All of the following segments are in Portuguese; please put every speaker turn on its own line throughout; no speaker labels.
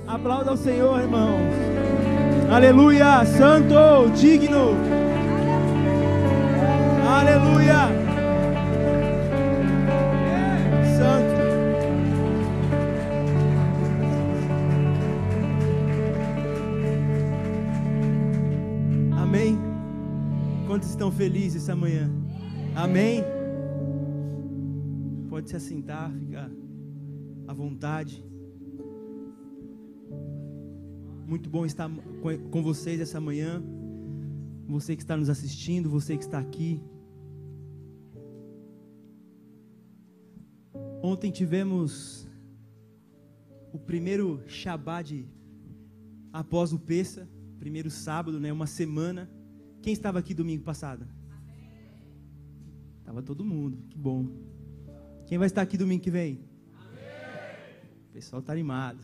Aplauda ao Senhor, irmãos. Aleluia, santo, digno. Aleluia. Santo. Amém. Quantos estão felizes essa manhã? Amém. Pode se assentar, ficar à vontade. Muito bom estar com vocês essa manhã. Você que está nos assistindo, você que está aqui. Ontem tivemos o primeiro Shabbat após o Pessa, primeiro sábado, né? Uma semana. Quem estava aqui domingo passado? Estava todo mundo, que bom. Quem vai estar aqui domingo que vem? O pessoal está animado.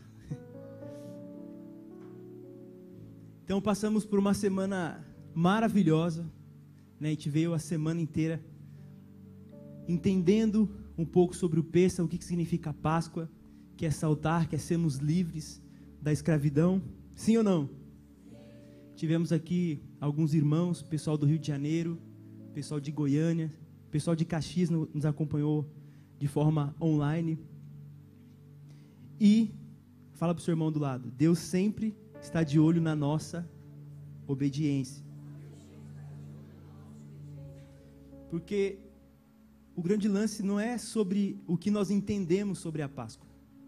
Então passamos por uma semana maravilhosa, né? A gente veio a semana inteira entendendo um pouco sobre o Pessa, o que significa a Páscoa, que é saltar, que é sermos livres da escravidão. Sim ou não? Tivemos aqui alguns irmãos, pessoal do Rio de Janeiro, pessoal de Goiânia, pessoal de Caxias nos acompanhou de forma online. E fala para o seu irmão do lado: Deus sempre está de olho na nossa obediência. Porque o grande lance não é sobre o que nós entendemos sobre a Páscoa.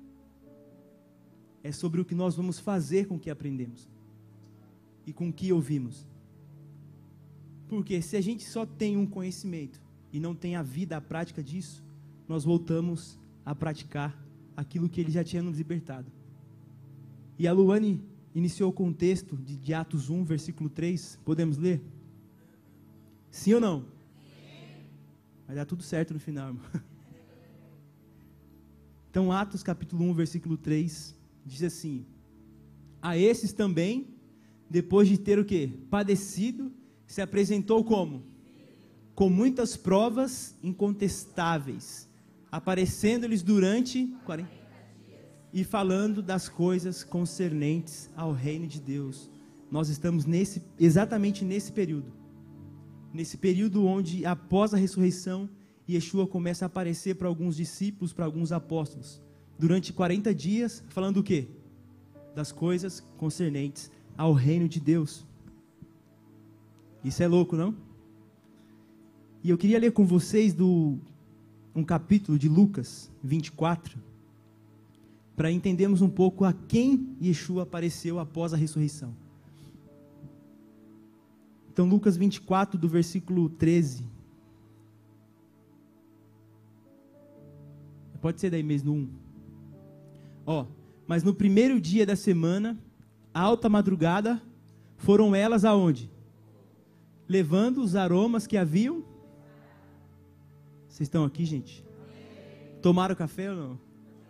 É sobre o que nós vamos fazer com o que aprendemos e com o que ouvimos. Porque se a gente só tem um conhecimento e não tem a vida, a prática disso, nós voltamos a praticar aquilo que Ele já tinha nos libertado. E a Luane iniciou com o texto de Atos 1, versículo 3. Podemos ler? Sim ou não? Vai dar tudo certo no final, irmão. Então, Atos capítulo 1, versículo 3, diz assim: a esses também, depois de ter o quê? Padecido, se apresentou como? Com muitas provas incontestáveis, aparecendo-lhes durante 40 e falando das coisas concernentes ao reino de Deus. Nós estamos exatamente nesse período onde, após a ressurreição, Yeshua começa a aparecer para alguns discípulos, para alguns apóstolos, durante 40 dias, falando o quê? Das coisas concernentes ao reino de Deus. Isso é louco, não? E eu queria ler com vocês um capítulo de Lucas 24, para entendermos um pouco a quem Yeshua apareceu após a ressurreição. Então, Lucas 24, do versículo 13. Pode ser daí mesmo, no 1. Mas no primeiro dia da semana, alta madrugada, foram elas aonde? Levando os aromas que haviam. Vocês estão aqui, gente? Tomaram café ou não?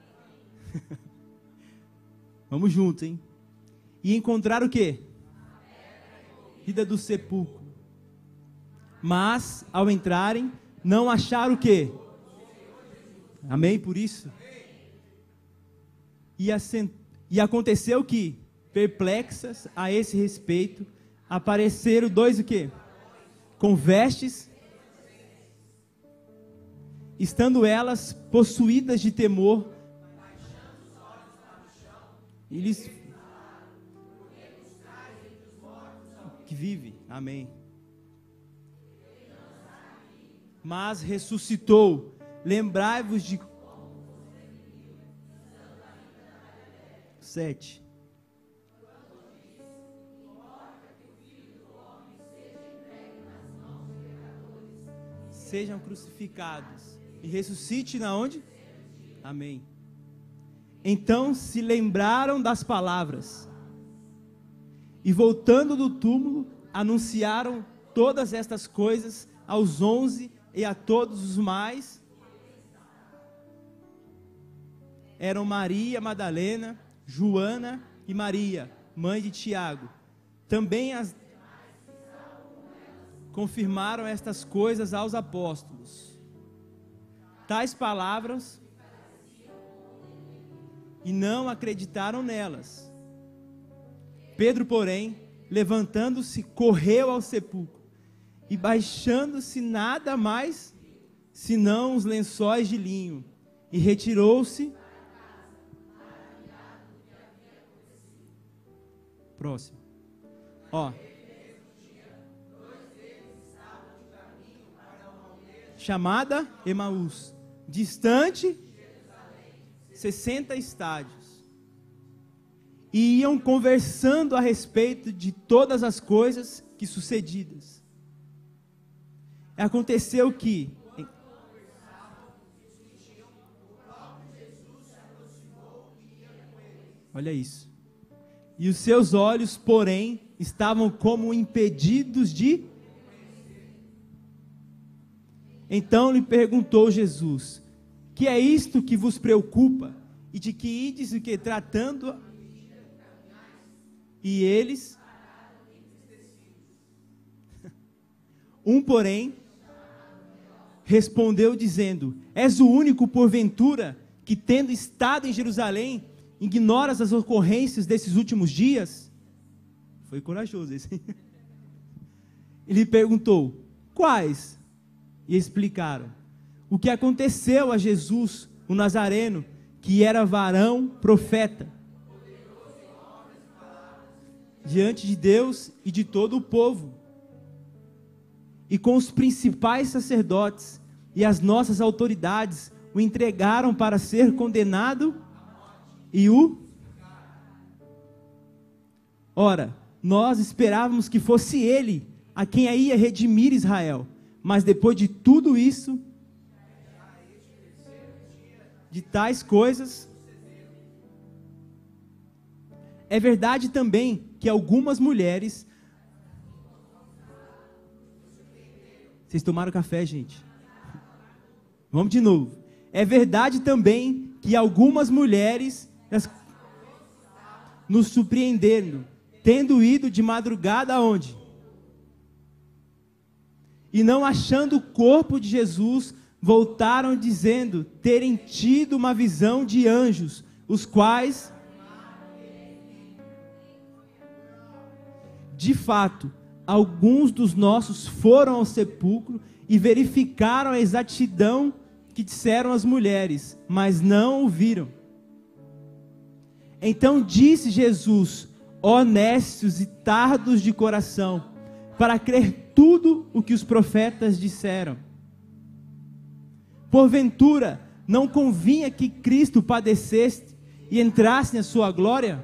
Vamos juntos, hein? E encontraram o quê? Vida do sepulcro. Mas, ao entrarem, não acharam o quê? Amém por isso? E aconteceu que, perplexas a esse respeito, apareceram dois o quê? Com vestes, estando elas possuídas de temor, eles que vive, amém. Mas ressuscitou. Lembrai-vos de 7. Sejam crucificados e ressuscite na onde? Amém. Então se lembraram das palavras e, voltando do túmulo, anunciaram todas estas coisas aos 11 e a todos os mais. Eram Maria Madalena, Joana e Maria, mãe de Tiago. Também confirmaram estas coisas aos apóstolos. Tais palavras, e não acreditaram nelas. Pedro, porém, levantando-se, correu ao sepulcro, e baixando-se nada mais, senão os lençóis de linho, e retirou-se. Próximo. Ó. Chamada Emaús, distante 60 estádios. E iam conversando a respeito de todas as coisas que sucedidas. Aconteceu que olha isso. E os seus olhos, porém, estavam como impedidos de. Então lhe perguntou Jesus: que é isto que vos preocupa? E de que ides o que tratando? E eles, porém, respondeu dizendo: és o único porventura que, tendo estado em Jerusalém, ignoras as ocorrências desses últimos dias? Foi corajoso esse. Ele perguntou: quais? E explicaram o que aconteceu a Jesus, o Nazareno, que era varão profeta, diante de Deus e de todo o povo, e com os principais sacerdotes e as nossas autoridades o entregaram para ser condenado e Ora, nós esperávamos que fosse ele a quem ia redimir Israel, mas depois de tudo isso, de tais coisas, é verdade também que algumas mulheres. Vocês tomaram café, gente? Vamos de novo. É verdade também que algumas mulheres nos surpreenderam, tendo ido de madrugada aonde? E não achando o corpo de Jesus, voltaram dizendo terem tido uma visão de anjos, os quais, de fato, alguns dos nossos foram ao sepulcro e verificaram a exatidão que disseram as mulheres, mas não ouviram. Então disse Jesus: honestos e tardos de coração, para crer tudo o que os profetas disseram. Porventura, não convinha que Cristo padecesse e entrasse na sua glória?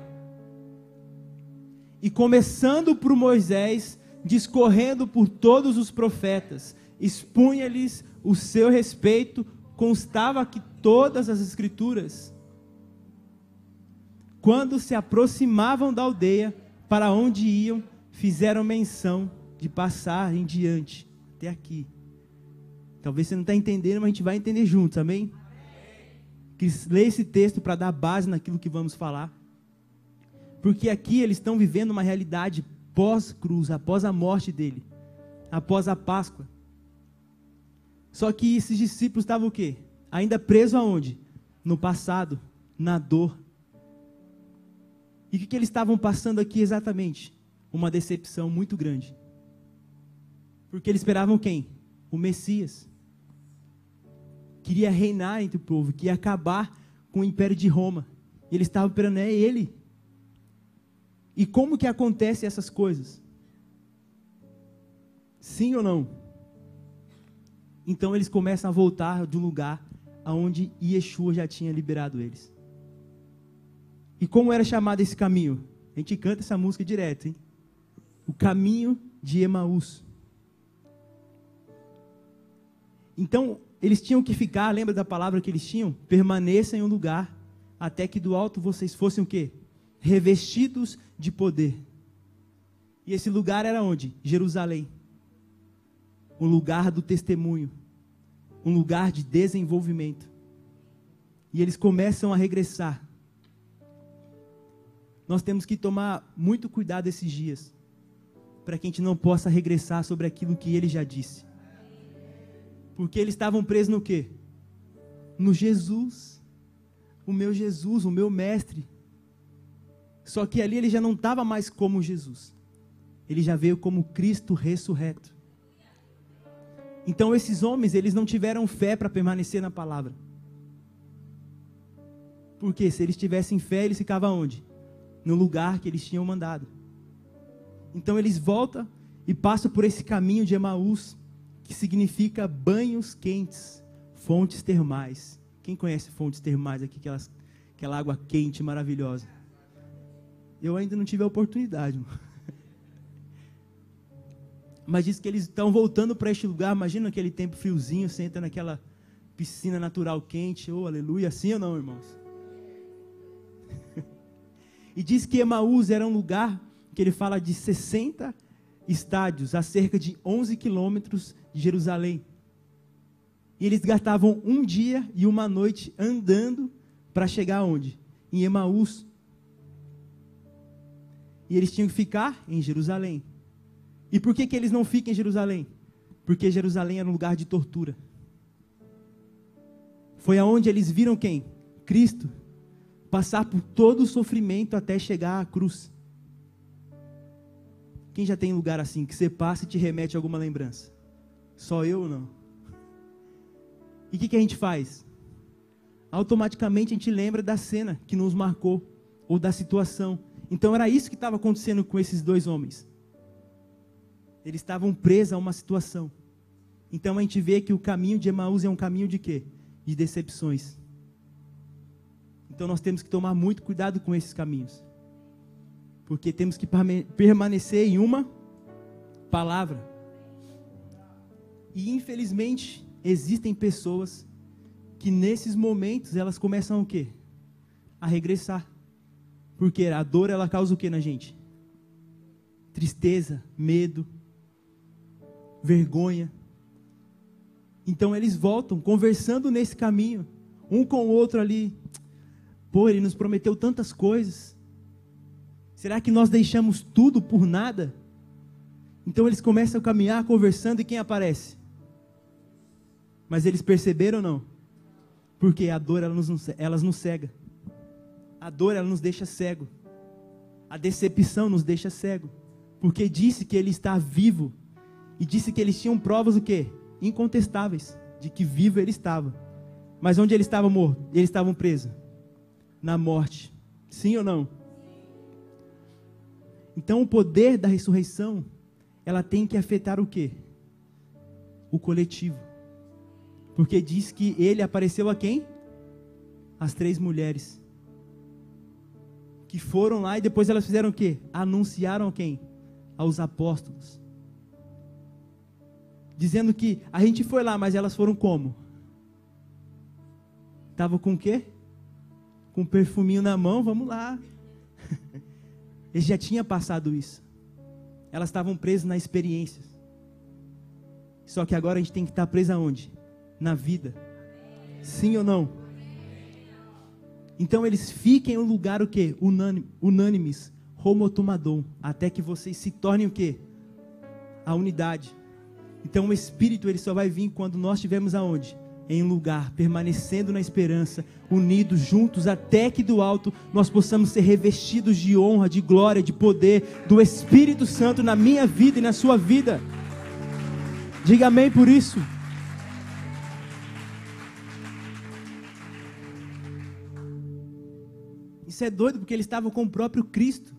E começando por Moisés, discorrendo por todos os profetas, expunha-lhes o seu respeito, constava que todas as escrituras. Quando se aproximavam da aldeia, para onde iam, fizeram menção de passar em diante, até aqui. Talvez você não está entendendo, mas a gente vai entender juntos, amém? Quis ler esse texto para dar base naquilo que vamos falar. Porque aqui eles estão vivendo uma realidade pós-cruz, após a morte dele, após a Páscoa. Só que esses discípulos estavam o quê? Ainda presos aonde? No passado, na dor. E o que eles estavam passando aqui exatamente? Uma decepção muito grande. Porque eles esperavam quem? O Messias. Queria reinar entre o povo, queria acabar com o império de Roma. E eles estavam esperando, é ele. E como que acontecem essas coisas? Sim ou não? Então eles começam a voltar de um lugar aonde Yeshua já tinha liberado eles. E como era chamado esse caminho? A gente canta essa música direto, hein? O caminho de Emaús. Então, eles tinham que ficar, lembra da palavra que eles tinham? Permaneçam em um lugar, até que do alto vocês fossem o quê? Revestidos de poder. E esse lugar era onde? Jerusalém. Um lugar do testemunho. Um lugar de desenvolvimento. E eles começam a regressar. Nós temos que tomar muito cuidado esses dias, para que a gente não possa regressar sobre aquilo que ele já disse. Porque eles estavam presos no quê? No Jesus. O meu Jesus, o meu mestre. Só que ali ele já não estava mais como Jesus. Ele já veio como Cristo ressurreto. Então esses homens, eles não tiveram fé para permanecer na palavra. Porque se eles tivessem fé, eles ficavam onde? No lugar que eles tinham mandado. Então eles voltam e passam por esse caminho de Emaús, que significa banhos quentes, fontes termais. Quem conhece fontes termais aqui, aquela água quente maravilhosa? Eu ainda não tive a oportunidade. Mas diz que eles estão voltando para este lugar. Imagina aquele tempo friozinho, você entra naquela piscina natural quente. Oh, aleluia, assim ou não, irmãos? E diz que Emaús era um lugar que ele fala de 60 estádios, a cerca de 11 quilômetros de Jerusalém. E eles gastavam um dia e uma noite andando para chegar aonde? Em Emaús. E eles tinham que ficar em Jerusalém. E por que eles não ficam em Jerusalém? Porque Jerusalém era um lugar de tortura. Foi aonde eles viram quem? Cristo passar por todo o sofrimento até chegar à cruz. Quem já tem lugar assim, que você passa e te remete a alguma lembrança? Só eu ou não? E o que a gente faz? Automaticamente a gente lembra da cena que nos marcou, ou da situação. Então era isso que estava acontecendo com esses dois homens. Eles estavam presos a uma situação. Então a gente vê que o caminho de Emaús é um caminho de quê? De decepções. Então nós temos que tomar muito cuidado com esses caminhos. Porque temos que permanecer em uma palavra. E infelizmente existem pessoas que nesses momentos elas começam o quê? A regressar. Porque a dor ela causa o quê na gente? Tristeza, medo, vergonha. Então eles voltam conversando nesse caminho, um com o outro ali. Pô, ele nos prometeu tantas coisas. Será que nós deixamos tudo por nada? Então eles começam a caminhar conversando e quem aparece? Mas eles perceberam ou não? Porque a dor ela nos cega. A dor ela nos deixa cego. A decepção nos deixa cego. Porque disse que ele está vivo. E disse que eles tinham provas o quê? Incontestáveis. De que vivo ele estava. Mas onde ele estava morto? Eles estavam presos. Na morte. Sim ou não? Então o poder da ressurreição, ela tem que afetar o quê? O coletivo. Porque diz que ele apareceu a quem? As 3 mulheres. Que foram lá e depois elas fizeram o quê? Anunciaram a quem? Aos apóstolos. Dizendo que a gente foi lá, mas elas foram como? Estavam com o quê? Com um perfuminho na mão, vamos lá. Eles já tinham passado isso. Elas estavam presas na experiência. Só que agora a gente tem que estar preso aonde? Na vida. Sim ou não? Então eles fiquem em um lugar o quê? Unânimes. Homotomadon. Até que vocês se tornem o quê? A unidade. Então o Espírito ele só vai vir quando nós estivermos aonde? Em um lugar, permanecendo na esperança, unidos, juntos, até que do alto nós possamos ser revestidos de honra, de glória, de poder, do Espírito Santo na minha vida e na sua vida. Diga amém por isso. Isso é doido, porque eles estavam com o próprio Cristo.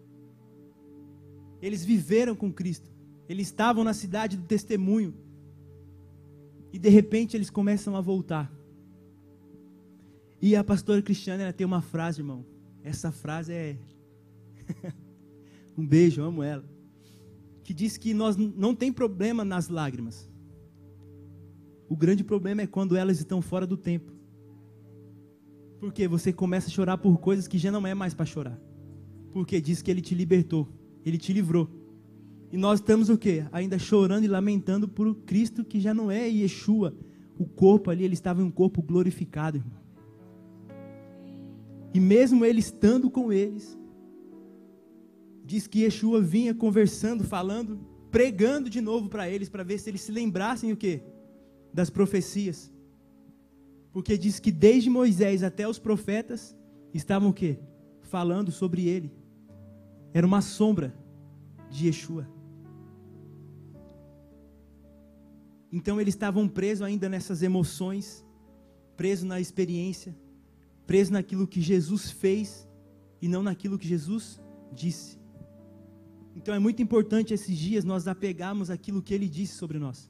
Eles viveram com Cristo. Eles estavam na cidade do testemunho. E de repente eles começam a voltar. E a pastora Cristiana, ela tem uma frase, irmão. Essa frase é... um beijo, eu amo ela. Que diz que nós não tem problema nas lágrimas. O grande problema é quando elas estão fora do tempo. Porque você começa a chorar por coisas que já não é mais para chorar. Porque diz que ele te libertou. Ele te livrou. E nós estamos o quê? Ainda chorando e lamentando por Cristo que já não é Yeshua. O corpo ali, ele estava em um corpo glorificado, irmão. E mesmo ele estando com eles, diz que Yeshua vinha conversando, falando, pregando de novo para eles, para ver se eles se lembrassem o quê? Das profecias. Porque diz que desde Moisés até os profetas, estavam o quê? falando sobre ele. Era uma sombra de Yeshua. Então eles estavam presos ainda nessas emoções, presos na experiência, presos naquilo que Jesus fez e não naquilo que Jesus disse. Então é muito importante esses dias nós apegarmos aquilo que ele disse sobre nós.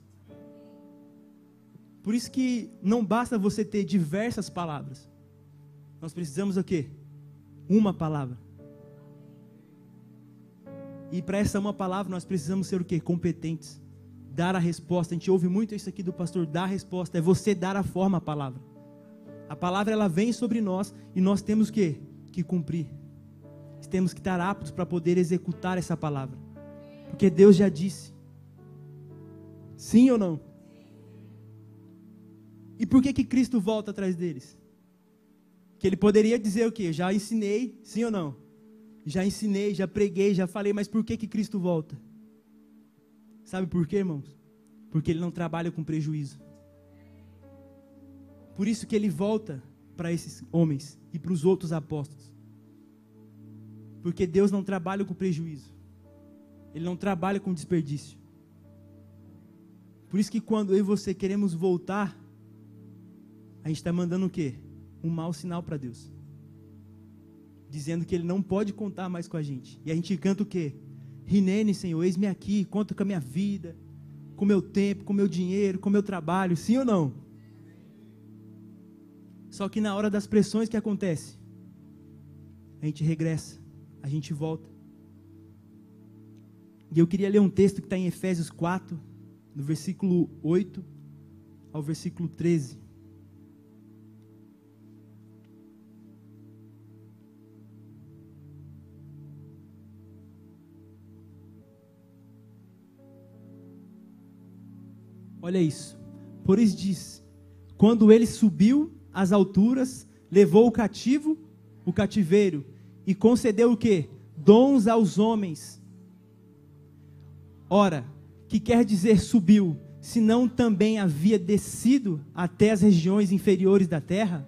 Por isso que não basta você ter diversas palavras. Nós precisamos o quê? Uma palavra. E para essa uma palavra nós precisamos ser o quê? Competentes. Dar a resposta. A gente ouve muito isso aqui do pastor, dar a resposta. É você dar a forma à palavra. A palavra ela vem sobre nós e nós temos o quê? Que cumprir. Temos que estar aptos para poder executar essa palavra. Porque Deus já disse. Sim ou não? E por que Cristo volta atrás deles? Que ele poderia dizer o quê? Já ensinei, sim ou não? Já ensinei, já preguei, já falei, mas por que Cristo volta? Sabe por quê, irmãos? Porque ele não trabalha com prejuízo. Por isso que ele volta para esses homens e para os outros apóstolos. Porque Deus não trabalha com prejuízo. Ele não trabalha com desperdício. Por isso que quando eu e você queremos voltar, a gente está mandando o quê? Um mau sinal para Deus. Dizendo que Ele não pode contar mais com a gente. E a gente canta o quê? Rinene, Senhor, eis-me aqui, conta com a minha vida, com o meu tempo, com o meu dinheiro, com o meu trabalho, sim ou não? Só que na hora das pressões que acontece, a gente regressa. A gente volta. E eu queria ler um texto que está em Efésios 4, do versículo 8 ao versículo 13. Olha isso. Por isso diz: quando ele subiu às alturas, levou o cativeiro, e concedeu o quê? Dons aos homens. Ora, que quer dizer subiu, se não também havia descido até as regiões inferiores da terra?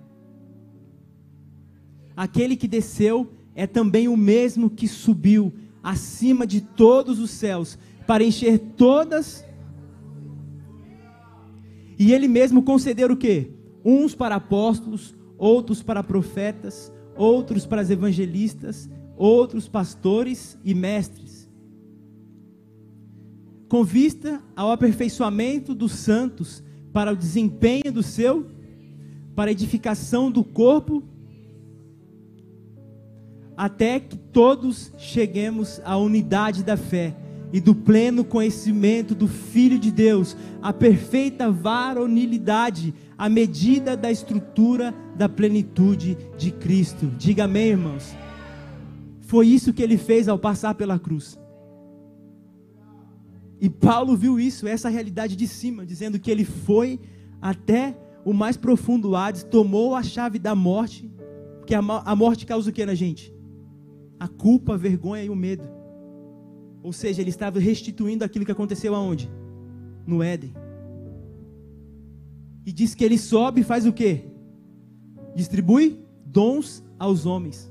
Aquele que desceu é também o mesmo que subiu acima de todos os céus, para encher todas. E ele mesmo concedeu o quê? Uns para apóstolos, outros para profetas, outros para evangelistas, outros pastores e mestres, com vista ao aperfeiçoamento dos santos, para o desempenho para a edificação do corpo, até que todos cheguemos à unidade da fé e do pleno conhecimento do Filho de Deus, a perfeita varonilidade, à medida da estrutura da plenitude de Cristo. Diga amém, irmãos. Foi isso que ele fez ao passar pela cruz. E Paulo viu isso, essa realidade de cima, dizendo que ele foi até o mais profundo Hades, tomou a chave da morte, porque a morte causa o que na gente? A culpa, a vergonha e o medo. Ou seja, ele estava restituindo aquilo que aconteceu aonde? No Éden. E diz que ele sobe e faz o quê? Distribui dons aos homens.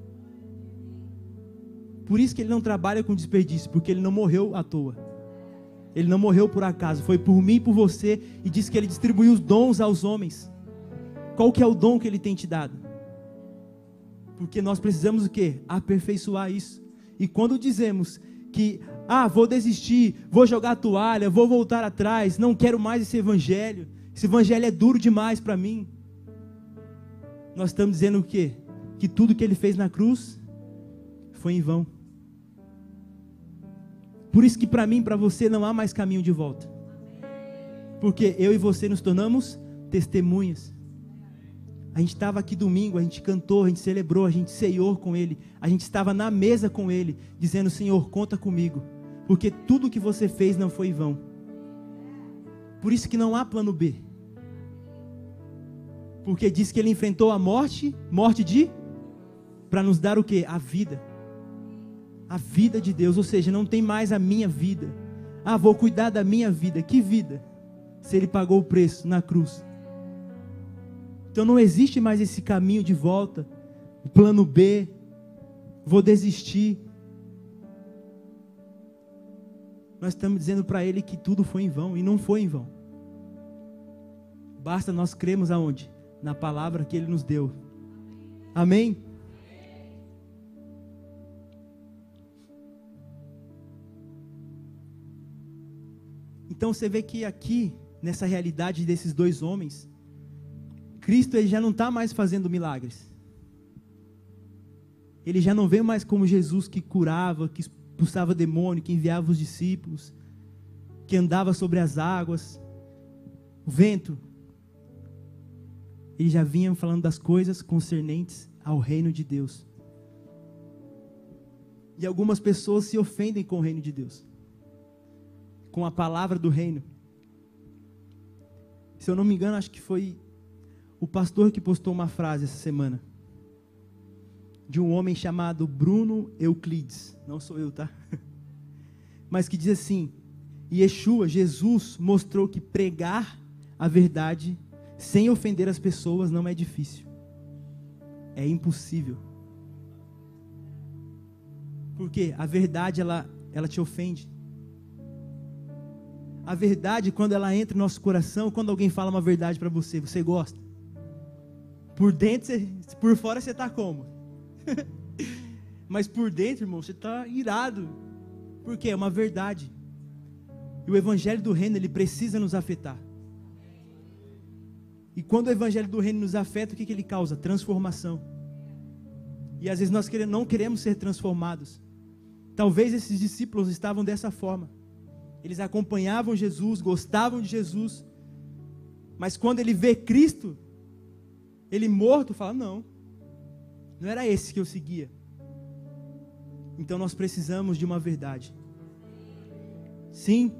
Por isso que ele não trabalha com desperdício, porque ele não morreu à toa. Ele não morreu por acaso, foi por mim e por você. E diz que ele distribuiu os dons aos homens. Qual que é o dom que ele tem te dado? Porque nós precisamos o quê? Aperfeiçoar isso. E quando dizemos que, vou desistir, vou jogar a toalha, vou voltar atrás, não quero mais esse evangelho é duro demais para mim, nós estamos dizendo o quê? Que tudo que ele fez na cruz foi em vão. Por isso que para mim, para você, não há mais caminho de volta, porque eu e você nos tornamos testemunhas. A gente estava aqui domingo, a gente cantou, a gente celebrou, a gente ceiou com ele, a gente estava na mesa com ele, dizendo: Senhor, conta comigo, porque tudo que você fez não foi em vão. Por isso que não há plano B, porque diz que ele enfrentou a morte para nos dar o quê? A vida de Deus. Ou seja, não tem mais a minha vida. Vou cuidar da minha vida. Que vida? Se ele pagou o preço na cruz. Então não existe mais esse caminho de volta, o plano B, vou desistir. Nós estamos dizendo para ele que tudo foi em vão, e não foi em vão. Basta nós cremos aonde? Na palavra que ele nos deu. Amém? Então você vê que aqui, nessa realidade desses dois homens, Cristo ele já não está mais fazendo milagres. Ele já não veio mais como Jesus que curava, que expulsava demônio, que enviava os discípulos, que andava sobre as águas, o vento. Ele já vinha falando das coisas concernentes ao reino de Deus. E algumas pessoas se ofendem com o reino de Deus, com a palavra do reino. Se eu não me engano, acho que foi o pastor que postou uma frase essa semana, de um homem chamado Bruno Euclides, não sou eu, tá? Mas que diz assim: Yeshua, Jesus, mostrou que pregar a verdade sem ofender as pessoas não é difícil, é impossível. Porque a verdade, ela te ofende. A verdade, quando ela entra no nosso coração, quando alguém fala uma verdade para você, você gosta. Por dentro, por fora você está como? Mas por dentro, irmão, você está irado. Porque é uma verdade. E o evangelho do reino, ele precisa nos afetar. E quando o evangelho do reino nos afeta, o que ele causa? Transformação. E às vezes nós não queremos ser transformados. Talvez esses discípulos estavam dessa forma. Eles acompanhavam Jesus, gostavam de Jesus. Mas quando ele vê Cristo, ele morto, fala: não era esse que eu seguia. Então nós precisamos de uma verdade. Sim.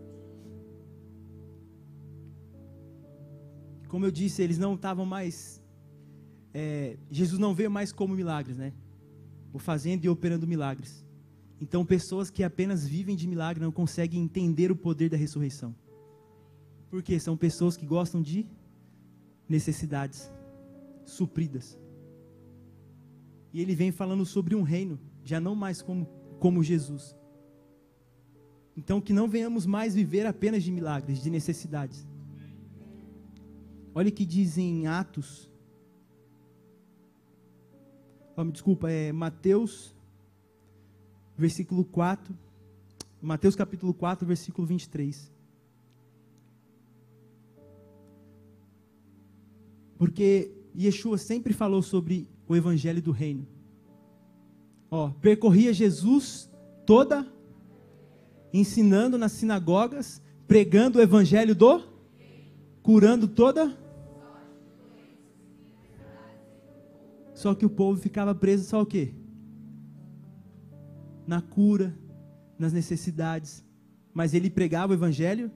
Como eu disse, eles não estavam mais... Jesus não veio mais como milagres, né? O fazendo e operando milagres. Então pessoas que apenas vivem de milagre não conseguem entender o poder da ressurreição. Por quê? São pessoas que gostam de necessidades supridas. E ele vem falando sobre um reino, já não mais como Jesus. Então que não venhamos mais viver apenas de milagres, de necessidades. Olha o que diz em Atos. Mateus, versículo 4. Mateus capítulo 4, versículo 23. Porque Yeshua sempre falou sobre o evangelho do reino. Percorria Jesus toda, ensinando nas sinagogas, pregando o evangelho curando toda. Só que o povo ficava preso só o quê? Na cura, nas necessidades. Mas ele pregava o evangelho.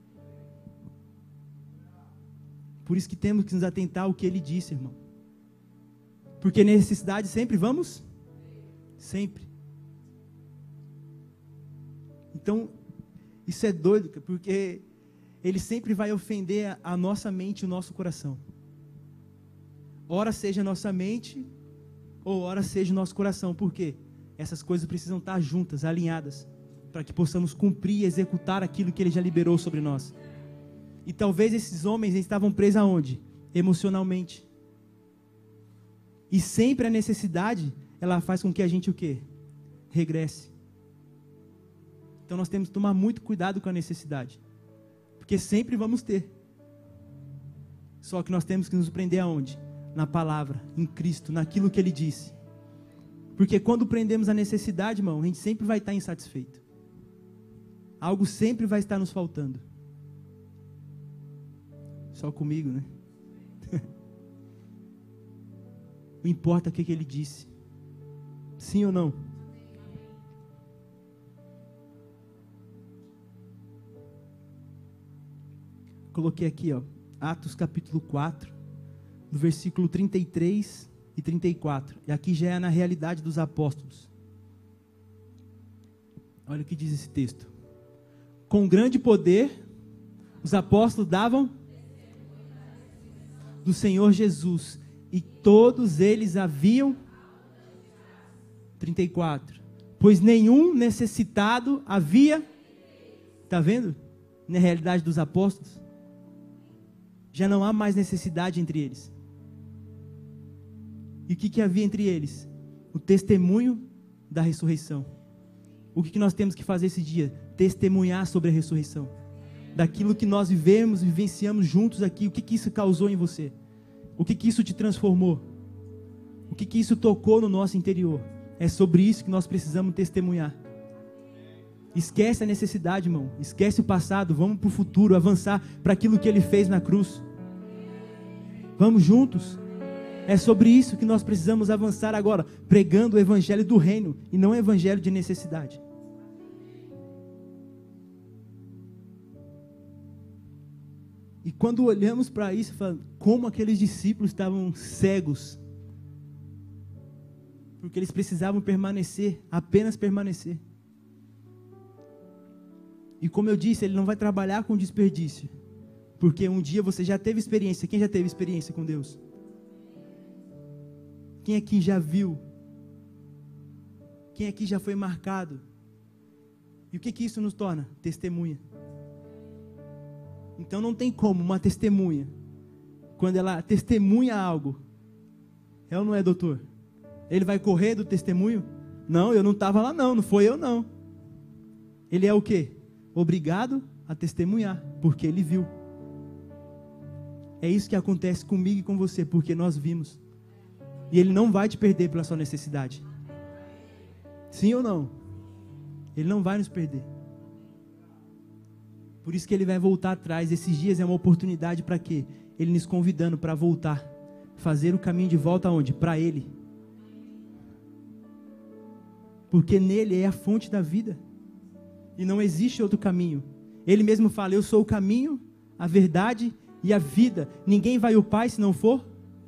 Por isso que temos que nos atentar ao que ele disse, irmão. Porque necessidade sempre vamos? Sempre. Então, isso é doido, porque ele sempre vai ofender a nossa mente e o nosso coração. Ora seja a nossa mente, ou ora seja o nosso coração. Por quê? Essas coisas precisam estar juntas, alinhadas, para que possamos cumprir e executar aquilo que ele já liberou sobre nós. E talvez esses homens estavam presos aonde? Emocionalmente. E sempre a necessidade, ela faz com que a gente o quê? Regresse. Então nós temos que tomar muito cuidado com a necessidade. Porque sempre vamos ter. Só que nós temos que nos prender aonde? Na palavra, em Cristo, naquilo que ele disse. Porque quando prendemos a necessidade, irmão, a gente sempre vai estar insatisfeito. Algo sempre vai estar nos faltando. Só comigo, né? Não importa o que ele disse. Sim ou não? Coloquei aqui, Atos capítulo 4, do versículo 33 e 34. E aqui já é na realidade dos apóstolos. Olha o que diz esse texto. Com grande poder, os apóstolos davam do Senhor Jesus, e todos eles haviam 34. Pois nenhum necessitado havia. Está vendo? Na realidade dos apóstolos. Já não há mais necessidade entre eles. E o que havia entre eles? O testemunho da ressurreição. O que nós temos que fazer esse dia? Testemunhar sobre a ressurreição. Daquilo que nós vivemos, vivenciamos juntos aqui. O que isso causou em você? O que isso te transformou? O que isso tocou no nosso interior? É sobre isso que nós precisamos testemunhar. Esquece a necessidade, irmão. Esquece o passado. Vamos para o futuro, avançar para aquilo que Ele fez na cruz. Vamos juntos. É sobre isso que nós precisamos avançar agora, pregando o evangelho do reino e não o evangelho de necessidade. E quando olhamos para isso, falamos, como aqueles discípulos estavam cegos, porque eles precisavam permanecer, apenas permanecer. E como eu disse, Ele não vai trabalhar com desperdício, porque um dia você já teve experiência. Quem já teve experiência com Deus? Quem aqui já viu? Quem aqui já foi marcado? E o que isso nos torna? Testemunha. Então não tem como uma testemunha, quando ela testemunha algo, é ou não é, doutor? Ele vai correr do testemunho? Não, eu não estava lá não foi eu não. Ele é o quê? Obrigado a testemunhar, porque ele viu. É isso que acontece comigo e com você, porque nós vimos. E Ele não vai te perder pela sua necessidade. Sim ou não? Ele não vai nos perder. Por isso que Ele vai voltar atrás. Esses dias é uma oportunidade para quê? Ele nos convidando para voltar. Fazer o caminho de volta aonde? Para Ele. Porque nele é a fonte da vida. E não existe outro caminho. Ele mesmo fala, eu sou o caminho, a verdade e a vida. Ninguém vai ao Pai se não for.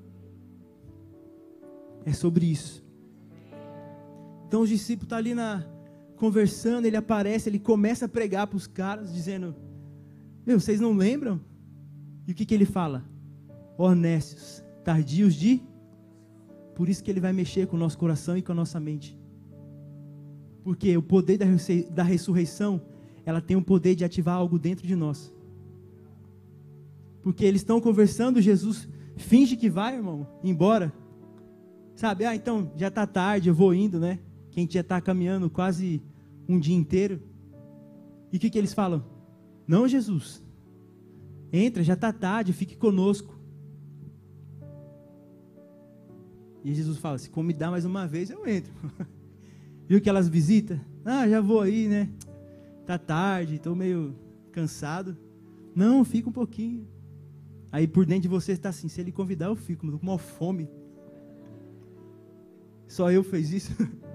É sobre isso. Então os discípulos estão ali conversando, ele aparece, ele começa a pregar para os caras, dizendo, vocês não lembram? E o que ele fala? Honestos, tardios de... Por isso que ele vai mexer com o nosso coração e com a nossa mente. Porque o poder da ressurreição, ela tem o poder de ativar algo dentro de nós. Porque eles estão conversando, Jesus finge que vai, irmão, embora. Sabe, então já está tarde, eu vou indo, né? Que a gente já está caminhando quase um dia inteiro. E o que eles falam? Não, Jesus, entra, já está tarde, fique conosco. E Jesus fala, se convidar mais uma vez, eu entro. Viu que elas visitam? Já vou aí, né? Está tarde, estou meio cansado. Não, fica um pouquinho. Aí por dentro de você está assim, se ele convidar eu fico, estou com uma fome. Só eu fiz isso.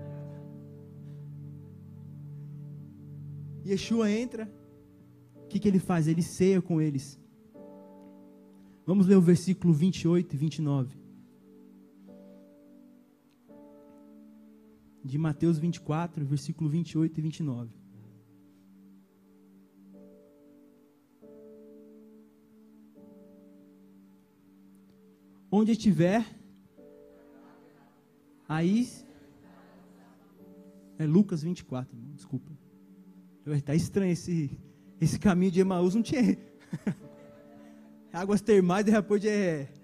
Yeshua entra. O que ele faz? Ele ceia com eles. Vamos ler o versículo 28 e 29. De Mateus 24, versículo 28 e 29. Onde estiver, aí, é Lucas 24, desculpa. Está estranho esse caminho de Emaús, não tinha águas termais, de depois de...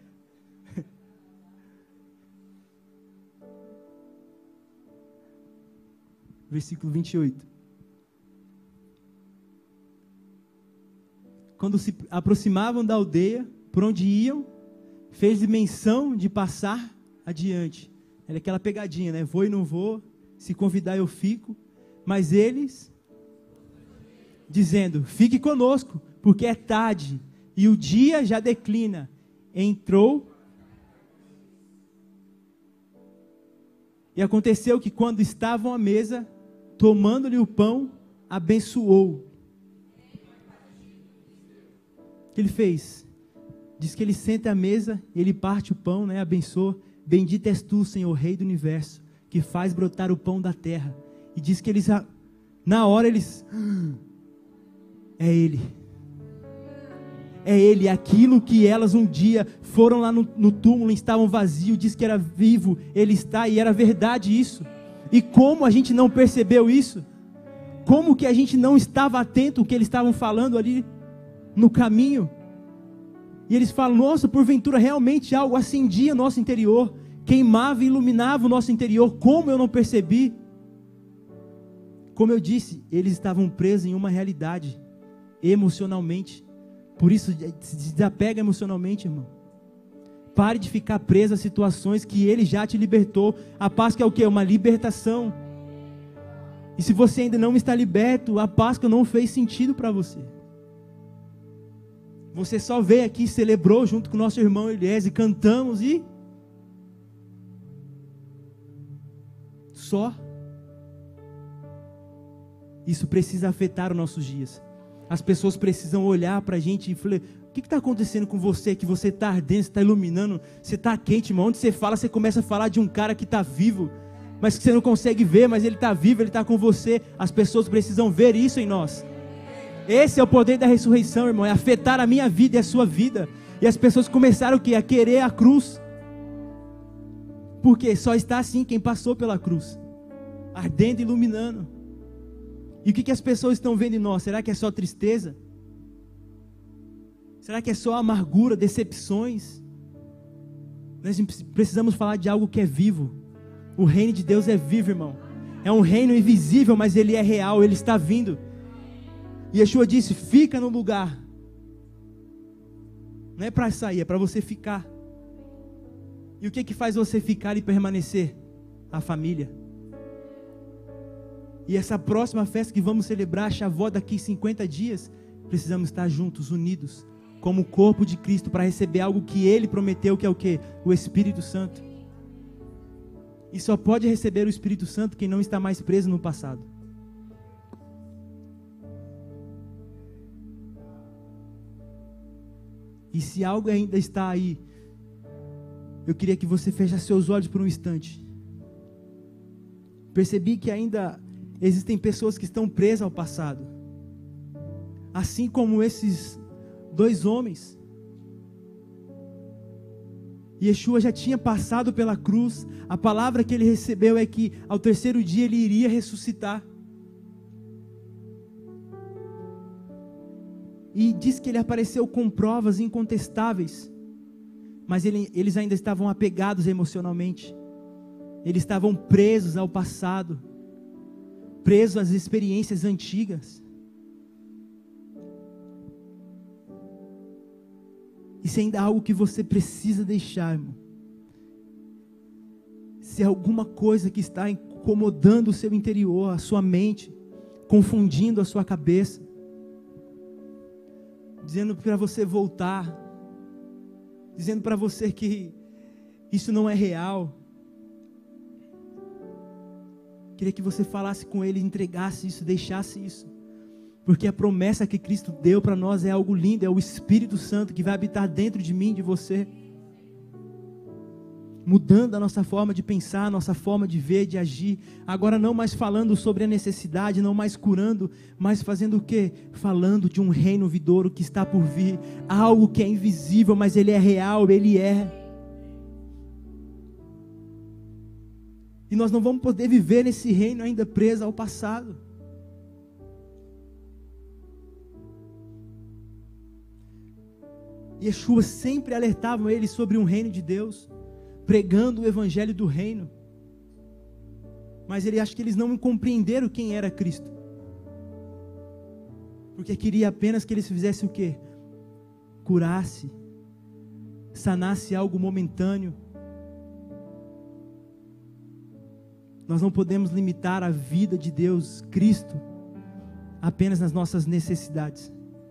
Versículo 28. Quando se aproximavam da aldeia, por onde iam, fez menção de passar adiante. Era aquela pegadinha, né? Vou e não vou, se convidar eu fico. Mas eles, dizendo, fique conosco, porque é tarde, e o dia já declina. Entrou, e aconteceu que quando estavam à mesa, tomando-lhe o pão, abençoou. O que ele fez? Diz que ele senta à mesa, ele parte o pão, né? Abençoa. Bendito és tu, Senhor, Rei do Universo, que faz brotar o pão da terra. E diz que eles, na hora eles, é Ele. É Ele, aquilo que elas um dia foram lá no túmulo, estavam vazios, diz que era vivo, Ele está, e era verdade isso. E como a gente não percebeu isso? Como que a gente não estava atento ao que eles estavam falando ali no caminho? E eles falam, nossa, porventura realmente algo acendia o nosso interior, queimava e iluminava o nosso interior, como eu não percebi? Como eu disse, eles estavam presos em uma realidade, emocionalmente. Por isso, se desapega emocionalmente, irmão. Pare de ficar preso a situações que Ele já te libertou. A Páscoa é o quê? Uma libertação. E se você ainda não está liberto, a Páscoa não fez sentido para você. Você só veio aqui, celebrou junto com o nosso irmão Elias e cantamos e... só. Isso precisa afetar os nossos dias. As pessoas precisam olhar para a gente e falar, o que está acontecendo com você? Que você está ardendo, você está iluminando, você está quente, irmão. Onde você fala, você começa a falar de um cara que está vivo, mas que você não consegue ver, mas ele está vivo, ele está com você. As pessoas precisam ver isso em nós. Esse é o poder da ressurreição, irmão, é afetar a minha vida e a sua vida. E as pessoas começaram o quê? A querer a cruz. Porque só está assim quem passou pela cruz, ardendo e iluminando. E o que as pessoas estão vendo em nós? Será que é só tristeza? Será que é só amargura, decepções? Nós precisamos falar de algo que é vivo. O reino de Deus é vivo, irmão. É um reino invisível, mas ele é real, ele está vindo. E Yeshua disse, fica no lugar. Não é para sair, é para você ficar. E o que faz você ficar e permanecer? A família. E essa próxima festa que vamos celebrar, Shavuot, daqui 50 dias, precisamos estar juntos, unidos, como o corpo de Cristo, para receber algo que Ele prometeu, que é o quê? O Espírito Santo. E só pode receber o Espírito Santo quem não está mais preso no passado. E se algo ainda está aí, eu queria que você fechasse seus olhos por um instante. Percebi que ainda existem pessoas que estão presas ao passado. Assim como esses 2 homens. Yeshua já tinha passado pela cruz. A palavra que ele recebeu é que ao 3º dia ele iria ressuscitar. E diz que ele apareceu com provas incontestáveis. Mas eles ainda estavam apegados emocionalmente. Eles estavam presos ao passado, presos às experiências antigas. Isso ainda é algo que você precisa deixar, irmão. Se é alguma coisa que está incomodando o seu interior, a sua mente, confundindo a sua cabeça, dizendo para você voltar, dizendo para você que isso não é real, queria que você falasse com Ele, entregasse isso, deixasse isso. Porque a promessa que Cristo deu para nós é algo lindo, é o Espírito Santo que vai habitar dentro de mim, de você. Mudando a nossa forma de pensar, a nossa forma de ver, de agir. Agora não mais falando sobre a necessidade, não mais curando, mas fazendo o quê? Falando de um reino vindouro que está por vir. Algo que é invisível, mas ele é real, ele é. E nós não vamos poder viver nesse reino ainda preso ao passado. Yeshua sempre alertava eles sobre um reino de Deus, pregando o evangelho do reino. Mas ele acha que eles não compreenderam quem era Cristo. Porque queria apenas que eles fizessem o quê? Curasse, sanasse algo momentâneo. Nós não podemos limitar a vida de Deus, Cristo, apenas nas nossas necessidades.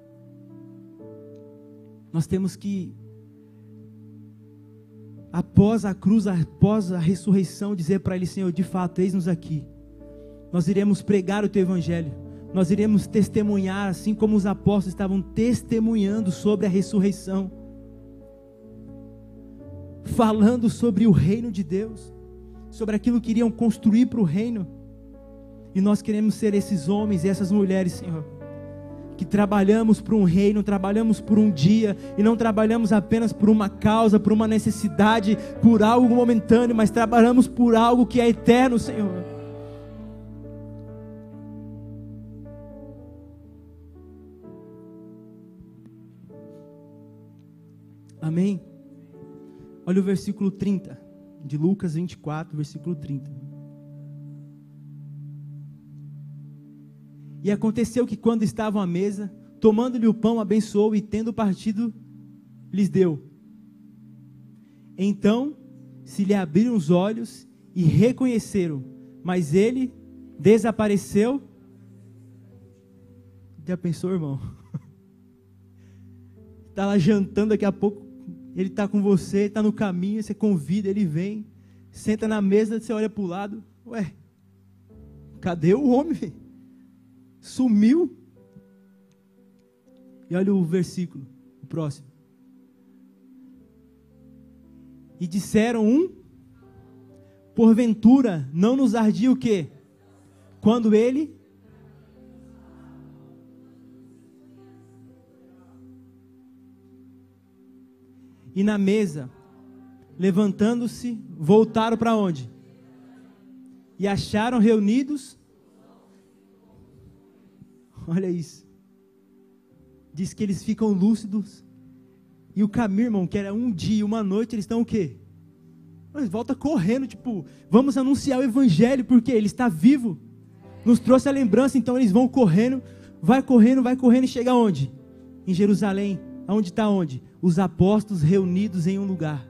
Nós temos que, após a cruz, após a ressurreição, dizer para Ele: Senhor, de fato, eis-nos aqui. Nós iremos pregar o Teu Evangelho. Nós iremos testemunhar, assim como os apóstolos estavam testemunhando sobre a ressurreição, falando sobre o reino de Deus, sobre aquilo que iriam construir para o reino. E nós queremos ser esses homens e essas mulheres, Senhor, que trabalhamos por um reino, trabalhamos por um dia, e não trabalhamos apenas por uma causa, por uma necessidade, por algo momentâneo, mas trabalhamos por algo que é eterno, Senhor. Amém? Olha o versículo 30, de Lucas 24, versículo 30. E aconteceu que quando estavam à mesa, tomando-lhe o pão, abençoou e tendo partido, lhes deu. Então se lhe abriram os olhos e reconheceram, mas ele desapareceu. Já pensou, irmão? Está lá jantando, daqui a pouco ele está com você, está no caminho, você convida, ele vem, senta na mesa, você olha para o lado, ué, cadê o homem? Sumiu. E olha o versículo, o próximo. E disseram porventura não nos ardia o quê? Quando ele... E na mesa, levantando-se, voltaram para onde? E acharam reunidos. Olha isso. Diz que eles ficam lúcidos. E o caminho, irmão, que era um dia, uma noite, eles estão o quê? Eles voltam correndo, tipo, vamos anunciar o evangelho, porque ele está vivo. Nos trouxe a lembrança, então eles vão correndo e chega aonde? Em Jerusalém. Aonde está onde? Os apóstolos reunidos em um lugar.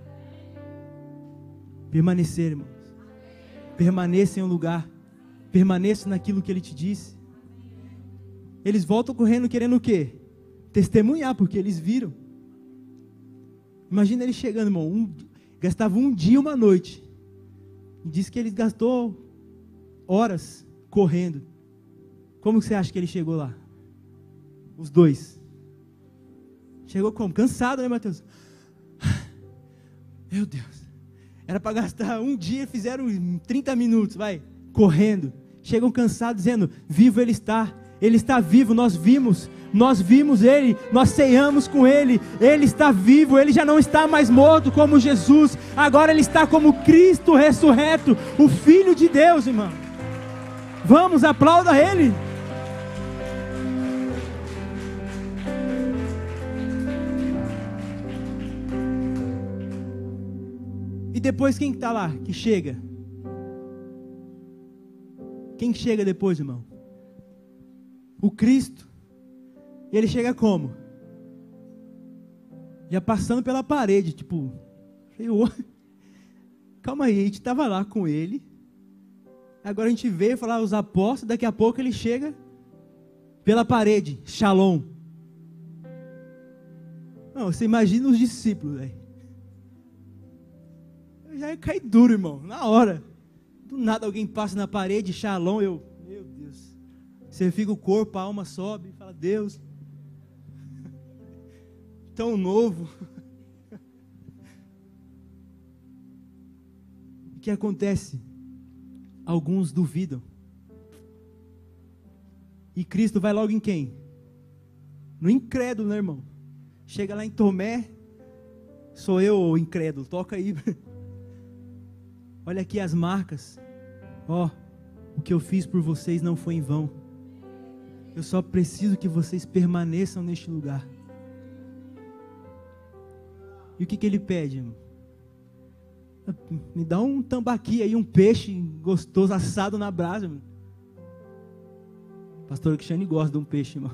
Permanecer, irmãos. Permaneça em um lugar. Permaneça naquilo que ele te disse. Eles voltam correndo querendo o quê? Testemunhar, porque eles viram. Imagina ele chegando, irmão. Gastava um dia e uma noite. E diz que ele gastou horas correndo. Como que você acha que ele chegou lá? Os dois. Chegou como? Cansado, né, Mateus? Meu Deus. Era para gastar um dia, fizeram 30 minutos, vai, correndo. Chegam cansados, dizendo, vivo ele está vivo, nós vimos ele, nós ceamos com ele está vivo, ele já não está mais morto como Jesus, agora ele está como Cristo ressurreto, o Filho de Deus, irmão. Vamos, aplauda ele. E depois quem está lá, que chega? Quem chega depois, irmão? O Cristo. E ele chega como? Já passando pela parede, tipo, calma aí, a gente estava lá com ele, agora a gente veio falar os apóstolos, daqui a pouco ele chega pela parede, Shalom. Não, você imagina os discípulos, velho. Eu já ia cair duro, irmão, na hora. Do nada alguém passa na parede, Shalom, meu Deus. Você fica o corpo, a alma sobe e fala, Deus, tão novo. O que acontece? Alguns duvidam. E Cristo vai logo em quem? No incrédulo, né, irmão? Chega lá em Tomé, sou eu o incrédulo, toca aí. Olha aqui as marcas. Ó, o que eu fiz por vocês não foi em vão. Eu só preciso que vocês permaneçam neste lugar. E o que ele pede, irmão? Me dá um tambaqui aí, um peixe gostoso assado na brasa, irmão. Pastor Cristiane gosta de um peixe, irmão.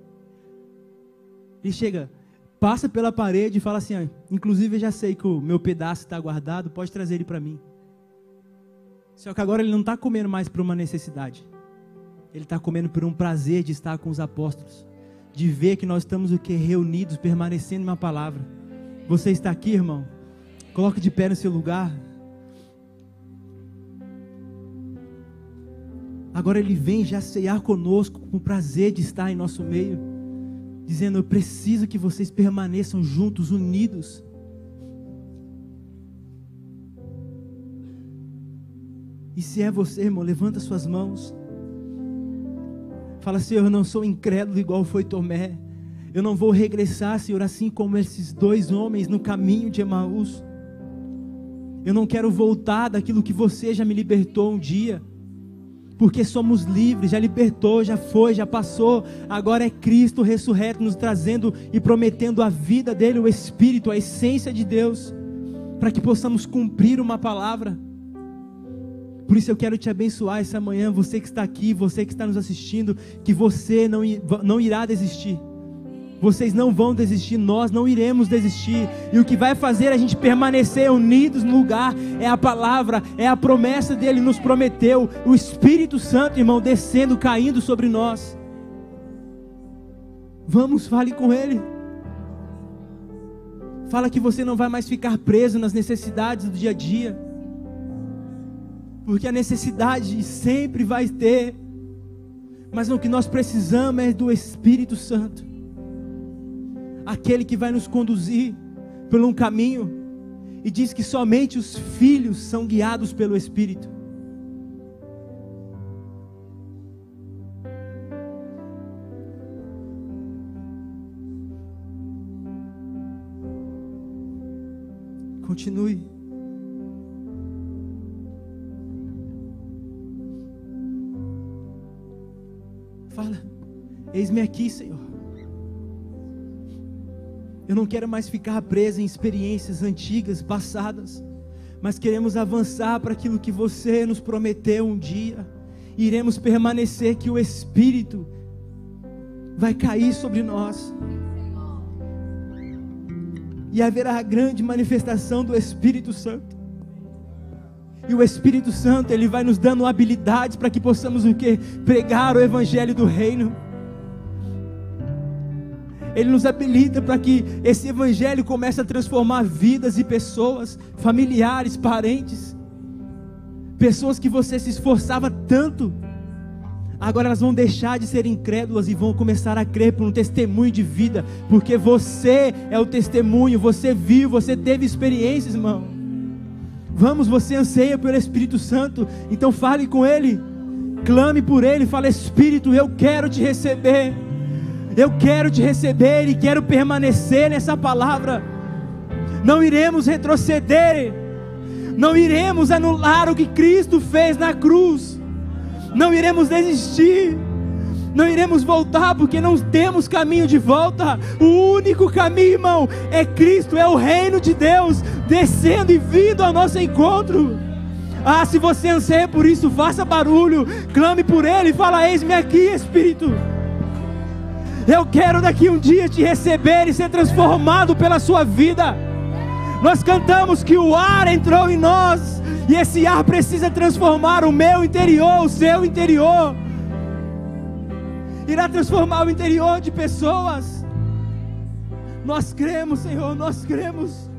Ele chega, passa pela parede e fala assim, ó, inclusive eu já sei que o meu pedaço está guardado, pode trazer ele para mim. Só que agora ele não está comendo mais por uma necessidade. Ele está comendo por um prazer de estar com os apóstolos. De ver que nós estamos o que? Reunidos, permanecendo em uma palavra. Você está aqui, irmão? Coloque de pé no seu lugar. Agora ele vem já ceiar conosco, com o prazer de estar em nosso meio. Dizendo, eu preciso que vocês permaneçam juntos, unidos. E se é você, irmão, levanta suas mãos. Fala, Senhor, eu não sou incrédulo igual foi Tomé. Eu não vou regressar, Senhor, assim como esses dois homens no caminho de Emaús. Eu não quero voltar daquilo que você já me libertou um dia. porque somos livres, já libertou, já foi, já passou. Agora é Cristo ressurreto nos trazendo e prometendo a vida dele, o Espírito, a essência de Deus, para que possamos cumprir uma palavra. Por isso eu quero te abençoar essa manhã, você que está aqui, você que está nos assistindo, que você não irá desistir. Vocês não vão desistir, nós não iremos desistir. E o que vai fazer a gente permanecer unidos no lugar é a palavra, é a promessa dele, nos prometeu. O Espírito Santo, irmão, descendo, caindo sobre nós. Vamos, fale com ele. Fala que você não vai mais ficar preso nas necessidades do dia a dia, porque a necessidade sempre vai ter, mas o que nós precisamos é do Espírito Santo, aquele que vai nos conduzir por um caminho, e diz que somente os filhos são guiados pelo Espírito. Continue. Fala, eis-me aqui, Senhor. Eu não quero mais ficar preso em experiências antigas, passadas, mas queremos avançar para aquilo que você nos prometeu um dia. Iremos permanecer, que o Espírito vai cair sobre nós, e haverá a grande manifestação do Espírito Santo. E o Espírito Santo, ele vai nos dando habilidades para que possamos o quê? Pregar o Evangelho do Reino. Ele nos habilita para que esse Evangelho comece a transformar vidas e pessoas, familiares, parentes, pessoas que você se esforçava tanto, agora elas vão deixar de ser incrédulas e vão começar a crer por um testemunho de vida, porque você é o testemunho, você viu, você teve experiências, irmão. Vamos, você anseia pelo Espírito Santo, então fale com Ele, clame por Ele, fale: Espírito, eu quero te receber, eu quero te receber e quero permanecer nessa palavra. Não iremos retroceder, não iremos anular o que Cristo fez na cruz, não iremos desistir, não iremos voltar, porque não temos caminho de volta. O único caminho, irmão, é Cristo, é o reino de Deus descendo e vindo ao nosso encontro. Ah, se você anseia por isso, faça barulho, clame por Ele, fala: eis-me aqui, Espírito. Eu quero daqui um dia te receber e ser transformado pela sua vida. Nós cantamos que o ar entrou em nós, e esse ar precisa transformar o meu interior, o seu interior. Irá transformar o interior de pessoas. Nós cremos, Senhor, nós cremos.